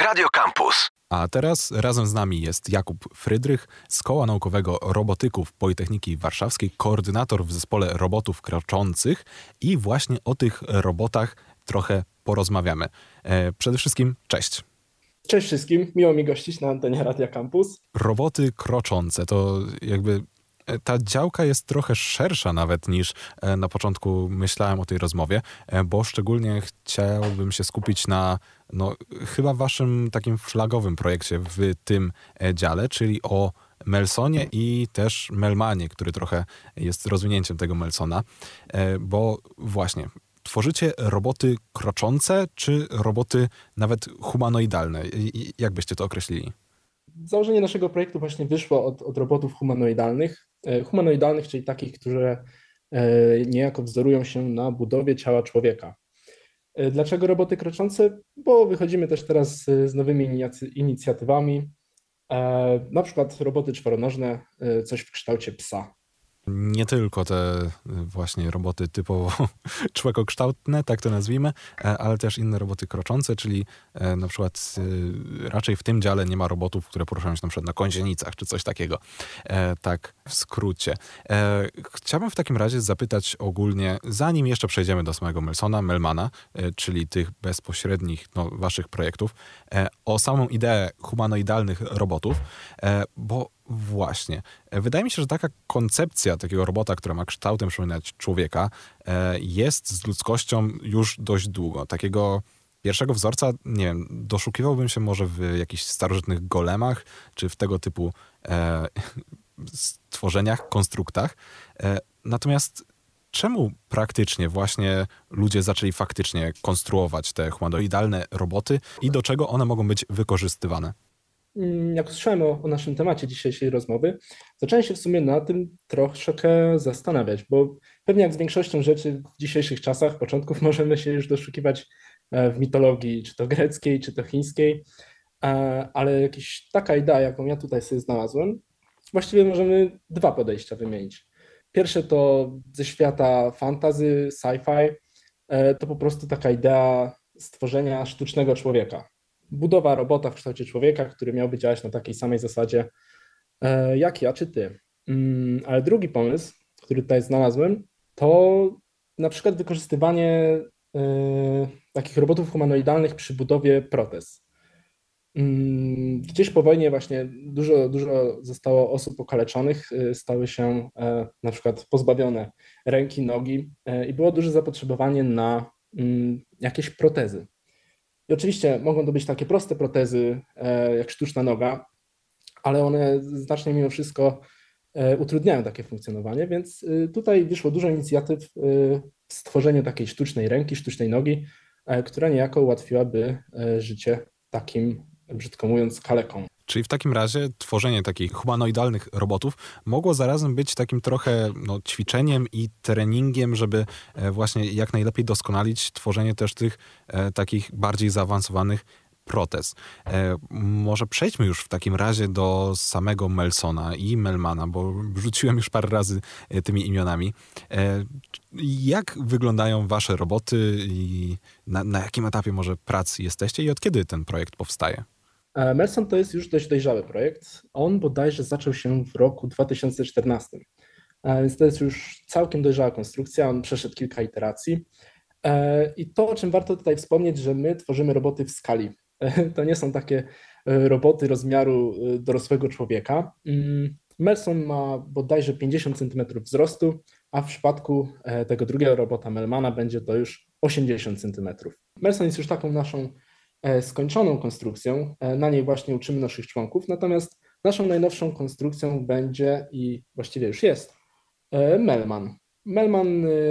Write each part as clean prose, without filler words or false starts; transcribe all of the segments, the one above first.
Radio Campus. A teraz razem z nami jest Jakub Frydrych z Koła Naukowego Robotyków Politechniki Warszawskiej, koordynator w zespole robotów kroczących i właśnie o tych robotach trochę porozmawiamy. Przede wszystkim cześć. Cześć wszystkim, miło mi gościć na antenie Radia Campus. Roboty kroczące to jakby ta działka jest trochę szersza nawet niż na początku myślałem o tej rozmowie, bo szczególnie chciałbym się skupić na chyba waszym takim flagowym projekcie w tym dziale, czyli o Melsonie i też Melmanie, który trochę jest rozwinięciem tego Melsona, bo właśnie tworzycie roboty kroczące czy roboty nawet humanoidalne? Jak byście to określili? Założenie naszego projektu właśnie wyszło od robotów humanoidalnych. Humanoidalnych, czyli takich, które niejako wzorują się na budowie ciała człowieka. Dlaczego roboty kroczące? Bo wychodzimy też teraz z nowymi inicjatywami, na przykład roboty czworonożne, coś w kształcie psa. Nie tylko te właśnie roboty typowo człowiekokształtne, tak to nazwijmy, ale też inne roboty kroczące, czyli na przykład raczej w tym dziale nie ma robotów, które poruszają się na przykład na gąsienicach, czy coś takiego. Tak w skrócie. Chciałbym w takim razie zapytać ogólnie, zanim jeszcze przejdziemy do samego Melsona, Melmana, czyli tych bezpośrednich waszych projektów, o samą ideę humanoidalnych robotów, bo właśnie. Wydaje mi się, że taka koncepcja takiego robota, która ma kształtem przypominać człowieka, jest z ludzkością już dość długo. Takiego pierwszego wzorca, nie wiem, doszukiwałbym się może w jakichś starożytnych golemach, czy w tego typu stworzeniach, konstruktach. Natomiast czemu praktycznie właśnie ludzie zaczęli faktycznie konstruować te humanoidalne roboty i do czego one mogą być wykorzystywane? Jak usłyszałem o naszym temacie dzisiejszej rozmowy, zacząłem się w sumie na tym troszeczkę zastanawiać, bo pewnie jak z większością rzeczy w dzisiejszych czasach, początków możemy się już doszukiwać w mitologii, czy to greckiej, czy to chińskiej, ale jakaś taka idea, jaką ja tutaj sobie znalazłem, właściwie możemy dwa podejścia wymienić. Pierwsze to ze świata fantasy, sci-fi, to po prostu taka idea stworzenia sztucznego człowieka. Budowa robota w kształcie człowieka, który miałby działać na takiej samej zasadzie jak ja czy ty. Ale drugi pomysł, który tutaj znalazłem, to na przykład wykorzystywanie takich robotów humanoidalnych przy budowie protez. Gdzieś po wojnie właśnie dużo zostało osób okaleczonych, stały się na przykład pozbawione ręki, nogi i było duże zapotrzebowanie na jakieś protezy. I oczywiście mogą to być takie proste protezy, jak sztuczna noga, ale one znacznie mimo wszystko utrudniają takie funkcjonowanie, więc tutaj wyszło dużo inicjatyw w stworzeniu takiej sztucznej ręki, sztucznej nogi, która niejako ułatwiłaby życie takim, brzydko mówiąc, kalekom. Czyli w takim razie tworzenie takich humanoidalnych robotów mogło zarazem być takim trochę ćwiczeniem i treningiem, żeby właśnie jak najlepiej doskonalić tworzenie też tych takich bardziej zaawansowanych protez. Może przejdźmy już w takim razie do samego Melsona i Melmana, bo rzuciłem już parę razy tymi imionami. Jak wyglądają wasze roboty i na jakim etapie może prac jesteście i od kiedy ten projekt powstaje? Melson to jest już dość dojrzały projekt. On bodajże zaczął się w roku 2014, więc to jest już całkiem dojrzała konstrukcja. On przeszedł kilka iteracji. I to, o czym warto tutaj wspomnieć, że my tworzymy roboty w skali. To nie są takie roboty rozmiaru dorosłego człowieka. Melson ma bodajże 50 cm wzrostu, a w przypadku tego drugiego robota Melmana będzie to już 80 cm. Melson jest już taką naszą skończoną konstrukcją, na niej właśnie uczymy naszych członków, natomiast naszą najnowszą konstrukcją będzie i właściwie już jest Melman. Melman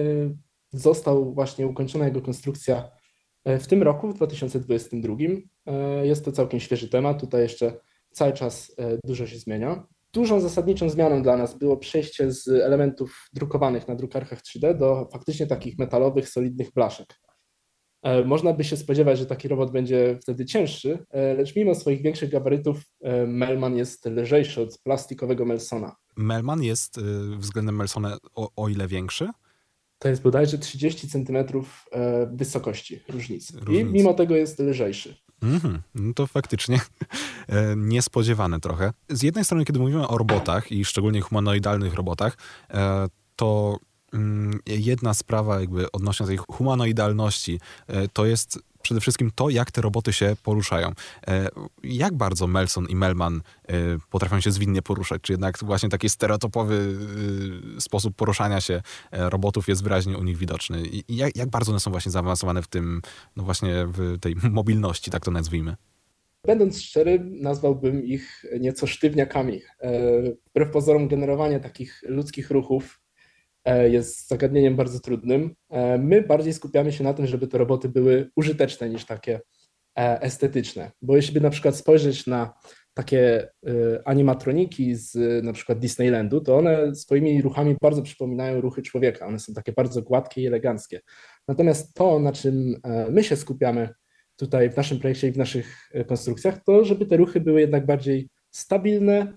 został właśnie ukończona jego konstrukcja w tym roku, w 2022. Jest to całkiem świeży temat, tutaj jeszcze cały czas dużo się zmienia. Dużą zasadniczą zmianą dla nas było przejście z elementów drukowanych na drukarkach 3D do faktycznie takich metalowych, solidnych blaszek. Można by się spodziewać, że taki robot będzie wtedy cięższy, lecz mimo swoich większych gabarytów Melman jest lżejszy od plastikowego Melsona. Melman jest względem Melsona o ile większy? To jest bodajże 30 cm wysokości różnicy. I mimo tego jest lżejszy. No to faktycznie niespodziewane trochę. Z jednej strony, kiedy mówimy o robotach i szczególnie humanoidalnych robotach, to jedna sprawa jakby odnośnie tej humanoidalności to jest przede wszystkim to, jak te roboty się poruszają. Jak bardzo Melson i Melman potrafią się zwinnie poruszać? Czy jednak właśnie taki stereotypowy sposób poruszania się robotów jest wyraźnie u nich widoczny? I jak bardzo one są właśnie zaawansowane w tym, no właśnie w tej mobilności, tak to nazwijmy? Będąc szczery, nazwałbym ich nieco sztywniakami. Wbrew pozorom, generowanie takich ludzkich ruchów jest zagadnieniem bardzo trudnym. My bardziej skupiamy się na tym, żeby te roboty były użyteczne niż takie estetyczne. Bo jeśli by na przykład spojrzeć na takie animatroniki z na przykład Disneylandu, to one swoimi ruchami bardzo przypominają ruchy człowieka. One są takie bardzo gładkie i eleganckie. Natomiast to, na czym my się skupiamy tutaj w naszym projekcie i w naszych konstrukcjach, to żeby te ruchy były jednak bardziej stabilne,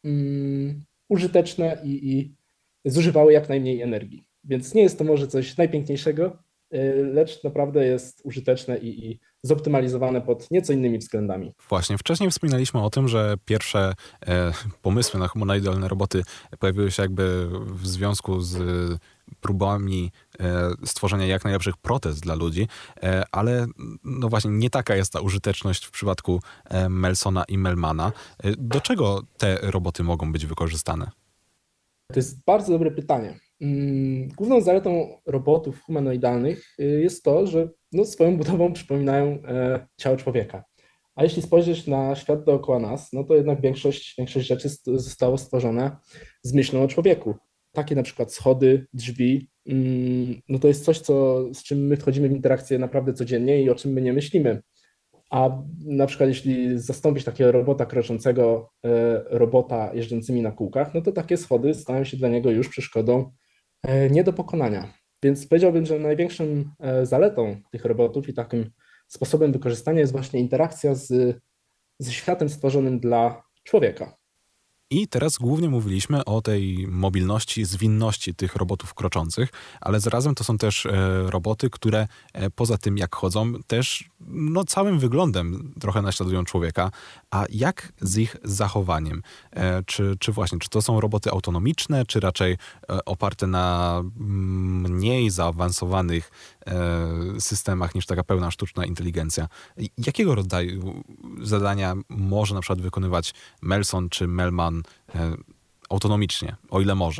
użyteczne i zużywały jak najmniej energii. Więc nie jest to może coś najpiękniejszego, lecz naprawdę jest użyteczne i zoptymalizowane pod nieco innymi względami. Właśnie, wcześniej wspominaliśmy o tym, że pierwsze pomysły na humanoidalne roboty pojawiły się jakby w związku z próbami stworzenia jak najlepszych protez dla ludzi, ale no właśnie nie taka jest ta użyteczność w przypadku Melsona i Melmana. Do czego te roboty mogą być wykorzystane? To jest bardzo dobre pytanie. Główną zaletą robotów humanoidalnych jest to, że no, swoją budową przypominają ciało człowieka. A jeśli spojrzeć na świat dookoła nas, no to jednak większość rzeczy zostało stworzone z myślą o człowieku. Takie na przykład schody, drzwi, no to jest coś, z czym my wchodzimy w interakcję naprawdę codziennie i o czym my nie myślimy. A na przykład jeśli zastąpić takiego robota kroczącego robota jeżdżącymi na kółkach, no to takie schody stają się dla niego już przeszkodą nie do pokonania. Więc powiedziałbym, że największą zaletą tych robotów i takim sposobem wykorzystania jest właśnie interakcja ze światem stworzonym dla człowieka. I teraz głównie mówiliśmy o tej mobilności, zwinności tych robotów kroczących, ale zarazem to są też roboty, które poza tym jak chodzą, też no, całym wyglądem trochę naśladują człowieka. A jak z ich zachowaniem? Czy to są roboty autonomiczne, czy raczej oparte na mniej zaawansowanych systemach niż taka pełna sztuczna inteligencja? Jakiego rodzaju zadania może na przykład wykonywać Melson czy Melman autonomicznie, o ile może?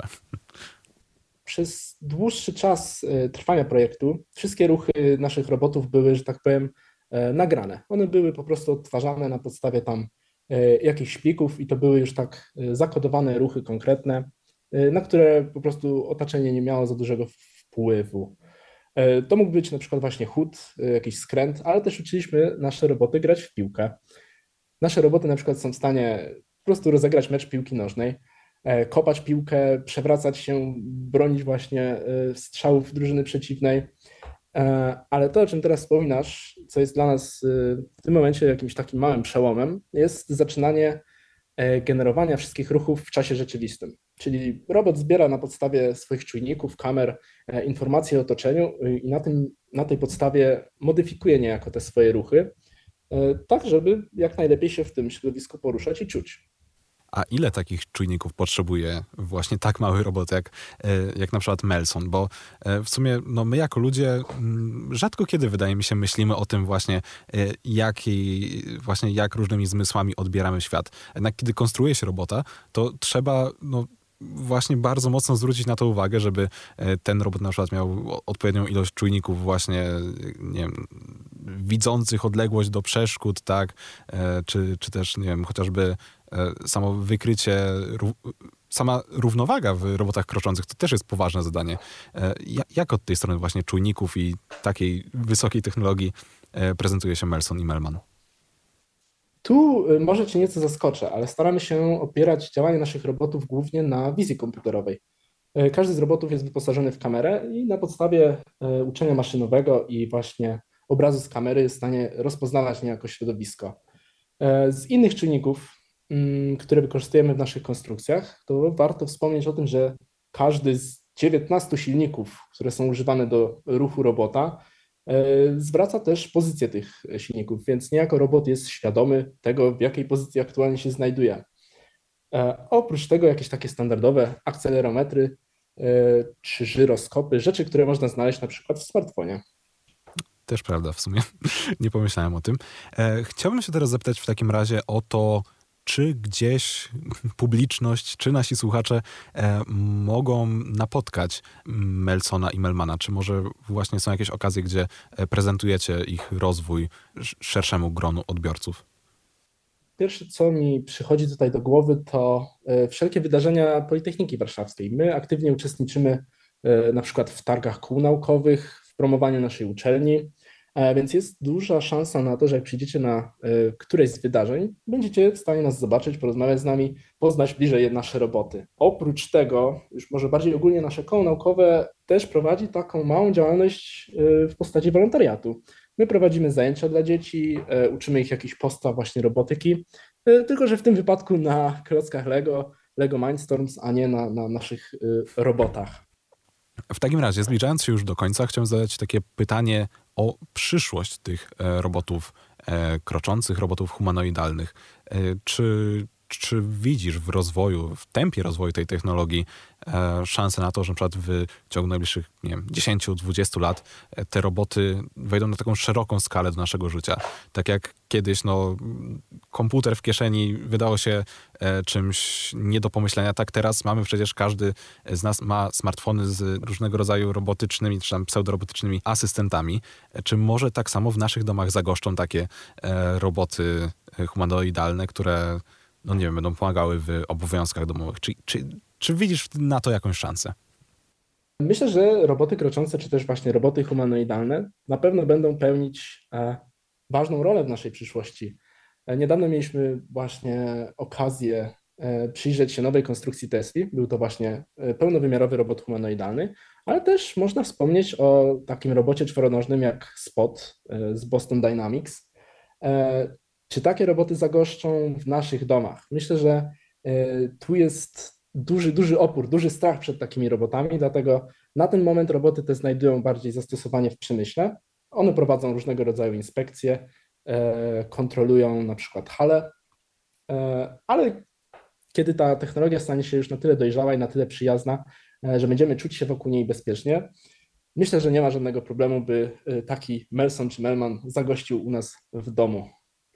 Przez dłuższy czas trwania projektu wszystkie ruchy naszych robotów były, że tak powiem, nagrane. One były po prostu odtwarzane na podstawie tam jakichś plików i to były już tak zakodowane ruchy konkretne, na które po prostu otoczenie nie miało za dużego wpływu. To mógł być na przykład właśnie chód, jakiś skręt, ale też uczyliśmy nasze roboty grać w piłkę. Nasze roboty na przykład są w stanie po prostu rozegrać mecz piłki nożnej, kopać piłkę, przewracać się, bronić właśnie strzałów drużyny przeciwnej. Ale to, o czym teraz wspominasz, co jest dla nas w tym momencie jakimś takim małym przełomem, jest zaczynanie generowania wszystkich ruchów w czasie rzeczywistym. Czyli robot zbiera na podstawie swoich czujników, kamer informacje o otoczeniu i na tej podstawie modyfikuje niejako te swoje ruchy, tak żeby jak najlepiej się w tym środowisku poruszać i czuć. A ile takich czujników potrzebuje właśnie tak mały robot jak na przykład Melson? Bo w sumie no my jako ludzie rzadko kiedy, wydaje mi się, myślimy o tym właśnie, jak różnymi zmysłami odbieramy świat. Jednak kiedy konstruuje się robota, to trzeba no, właśnie bardzo mocno zwrócić na to uwagę, żeby ten robot na przykład miał odpowiednią ilość czujników właśnie, nie wiem, widzących odległość do przeszkód, tak, czy też, nie wiem, chociażby samo wykrycie, sama równowaga w robotach kroczących to też jest poważne zadanie. Jak od tej strony właśnie czujników i takiej wysokiej technologii prezentuje się Melson i Melman? Tu może Cię nieco zaskoczę, ale staramy się opierać działanie naszych robotów głównie na wizji komputerowej. Każdy z robotów jest wyposażony w kamerę i na podstawie uczenia maszynowego i właśnie obrazu z kamery jest w stanie rozpoznawać niejako środowisko. Z innych czynników, które wykorzystujemy w naszych konstrukcjach, to warto wspomnieć o tym, że każdy z 19 silników, które są używane do ruchu robota, zwraca też pozycję tych silników, więc niejako robot jest świadomy tego, w jakiej pozycji aktualnie się znajduje. Oprócz tego jakieś takie standardowe akcelerometry czy żyroskopy, rzeczy, które można znaleźć na przykład w smartfonie. Też prawda w sumie. Nie pomyślałem o tym. Chciałbym się teraz zapytać w takim razie o to, czy gdzieś publiczność, czy nasi słuchacze mogą napotkać Melsona i Melmana? Czy może właśnie są jakieś okazje, gdzie prezentujecie ich rozwój szerszemu gronu odbiorców? Pierwsze, co mi przychodzi tutaj do głowy, to wszelkie wydarzenia Politechniki Warszawskiej. My aktywnie uczestniczymy na przykład w targach kół naukowych, w promowaniu naszej uczelni, więc jest duża szansa na to, że jak przyjdziecie na któreś z wydarzeń, będziecie w stanie nas zobaczyć, porozmawiać z nami, poznać bliżej nasze roboty. Oprócz tego, już może bardziej ogólnie, nasze koło naukowe też prowadzi taką małą działalność w postaci wolontariatu. My prowadzimy zajęcia dla dzieci, uczymy ich jakichś podstaw właśnie robotyki, tylko że w tym wypadku na klockach Lego Mindstorms, a nie na naszych robotach. W takim razie, zbliżając się już do końca, chciałem zadać takie pytanie o przyszłość tych robotów kroczących, robotów humanoidalnych. Czy widzisz w rozwoju, w tempie rozwoju tej technologii szansę na to, że na przykład w ciągu najbliższych, nie wiem, 10-20 lat te roboty wejdą na taką szeroką skalę do naszego życia? Tak jak kiedyś, no, komputer w kieszeni wydało się czymś nie do pomyślenia, tak teraz mamy przecież, każdy z nas ma smartfony z różnego rodzaju robotycznymi, czy tam pseudorobotycznymi asystentami. Czy może tak samo w naszych domach zagoszczą takie roboty humanoidalne, które, no nie wiem, będą pomagały w obowiązkach domowych? Czy widzisz na to jakąś szansę? Myślę, że roboty kroczące, czy też właśnie roboty humanoidalne na pewno będą pełnić ważną rolę w naszej przyszłości. Niedawno mieliśmy właśnie okazję przyjrzeć się nowej konstrukcji Tesli. Był to właśnie pełnowymiarowy robot humanoidalny, ale też można wspomnieć o takim robocie czworonożnym jak Spot z Boston Dynamics. Czy takie roboty zagoszczą w naszych domach? Myślę, że tu jest duży opór, duży strach przed takimi robotami, dlatego na ten moment roboty te znajdują bardziej zastosowanie w przemyśle. One prowadzą różnego rodzaju inspekcje, kontrolują na przykład hale, ale kiedy ta technologia stanie się już na tyle dojrzała i na tyle przyjazna, że będziemy czuć się wokół niej bezpiecznie, myślę, że nie ma żadnego problemu, by taki Melson czy Melman zagościł u nas w domu.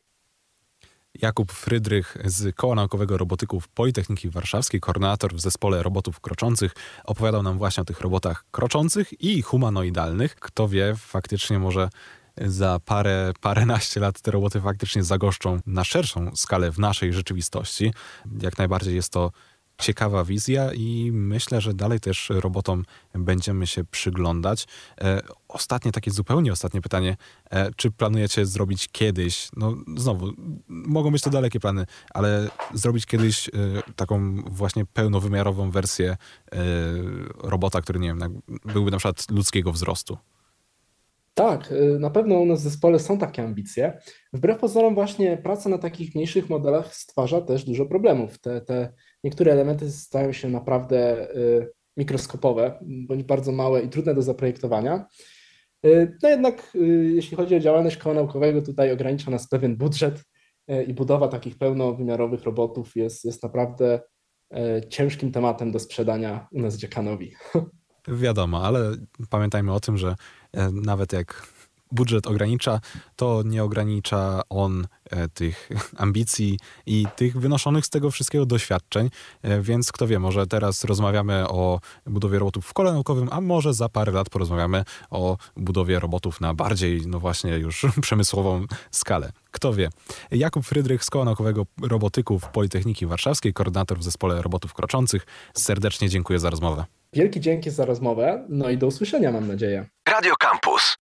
Jakub Frydrych z Koła Naukowego Robotyków Politechniki Warszawskiej, koordynator w zespole robotów kroczących, opowiadał nam właśnie o tych robotach kroczących i humanoidalnych. Kto wie, faktycznie może za paręnaście lat te roboty faktycznie zagoszczą na szerszą skalę w naszej rzeczywistości. Jak najbardziej jest to ciekawa wizja i myślę, że dalej też robotom będziemy się przyglądać. Zupełnie ostatnie pytanie. Czy planujecie zrobić kiedyś, no znowu, mogą być to dalekie plany, ale zrobić kiedyś taką właśnie pełnowymiarową wersję robota, który, nie wiem, byłby na przykład ludzkiego wzrostu? Tak, na pewno u nas w zespole są takie ambicje. Wbrew pozorom właśnie praca na takich mniejszych modelach stwarza też dużo problemów. Te niektóre elementy stają się naprawdę mikroskopowe, bądź bardzo małe i trudne do zaprojektowania. No jednak jeśli chodzi o działalność koła naukowego, tutaj ogranicza nas pewien budżet i budowa takich pełnowymiarowych robotów jest naprawdę ciężkim tematem do sprzedania u nas dziekanowi. Wiadomo, ale pamiętajmy o tym, że nawet jak budżet ogranicza, to nie ogranicza on tych ambicji i tych wynoszonych z tego wszystkiego doświadczeń, więc kto wie, może teraz rozmawiamy o budowie robotów w kole naukowym, a może za parę lat porozmawiamy o budowie robotów na bardziej, no właśnie już przemysłową skalę. Kto wie. Jakub Frydrych z Koła Naukowego Robotyków Politechniki Warszawskiej, koordynator w zespole robotów kroczących. Serdecznie dziękuję za rozmowę. Wielkie dzięki za rozmowę, no i do usłyszenia, mam nadzieję. Radio Campus.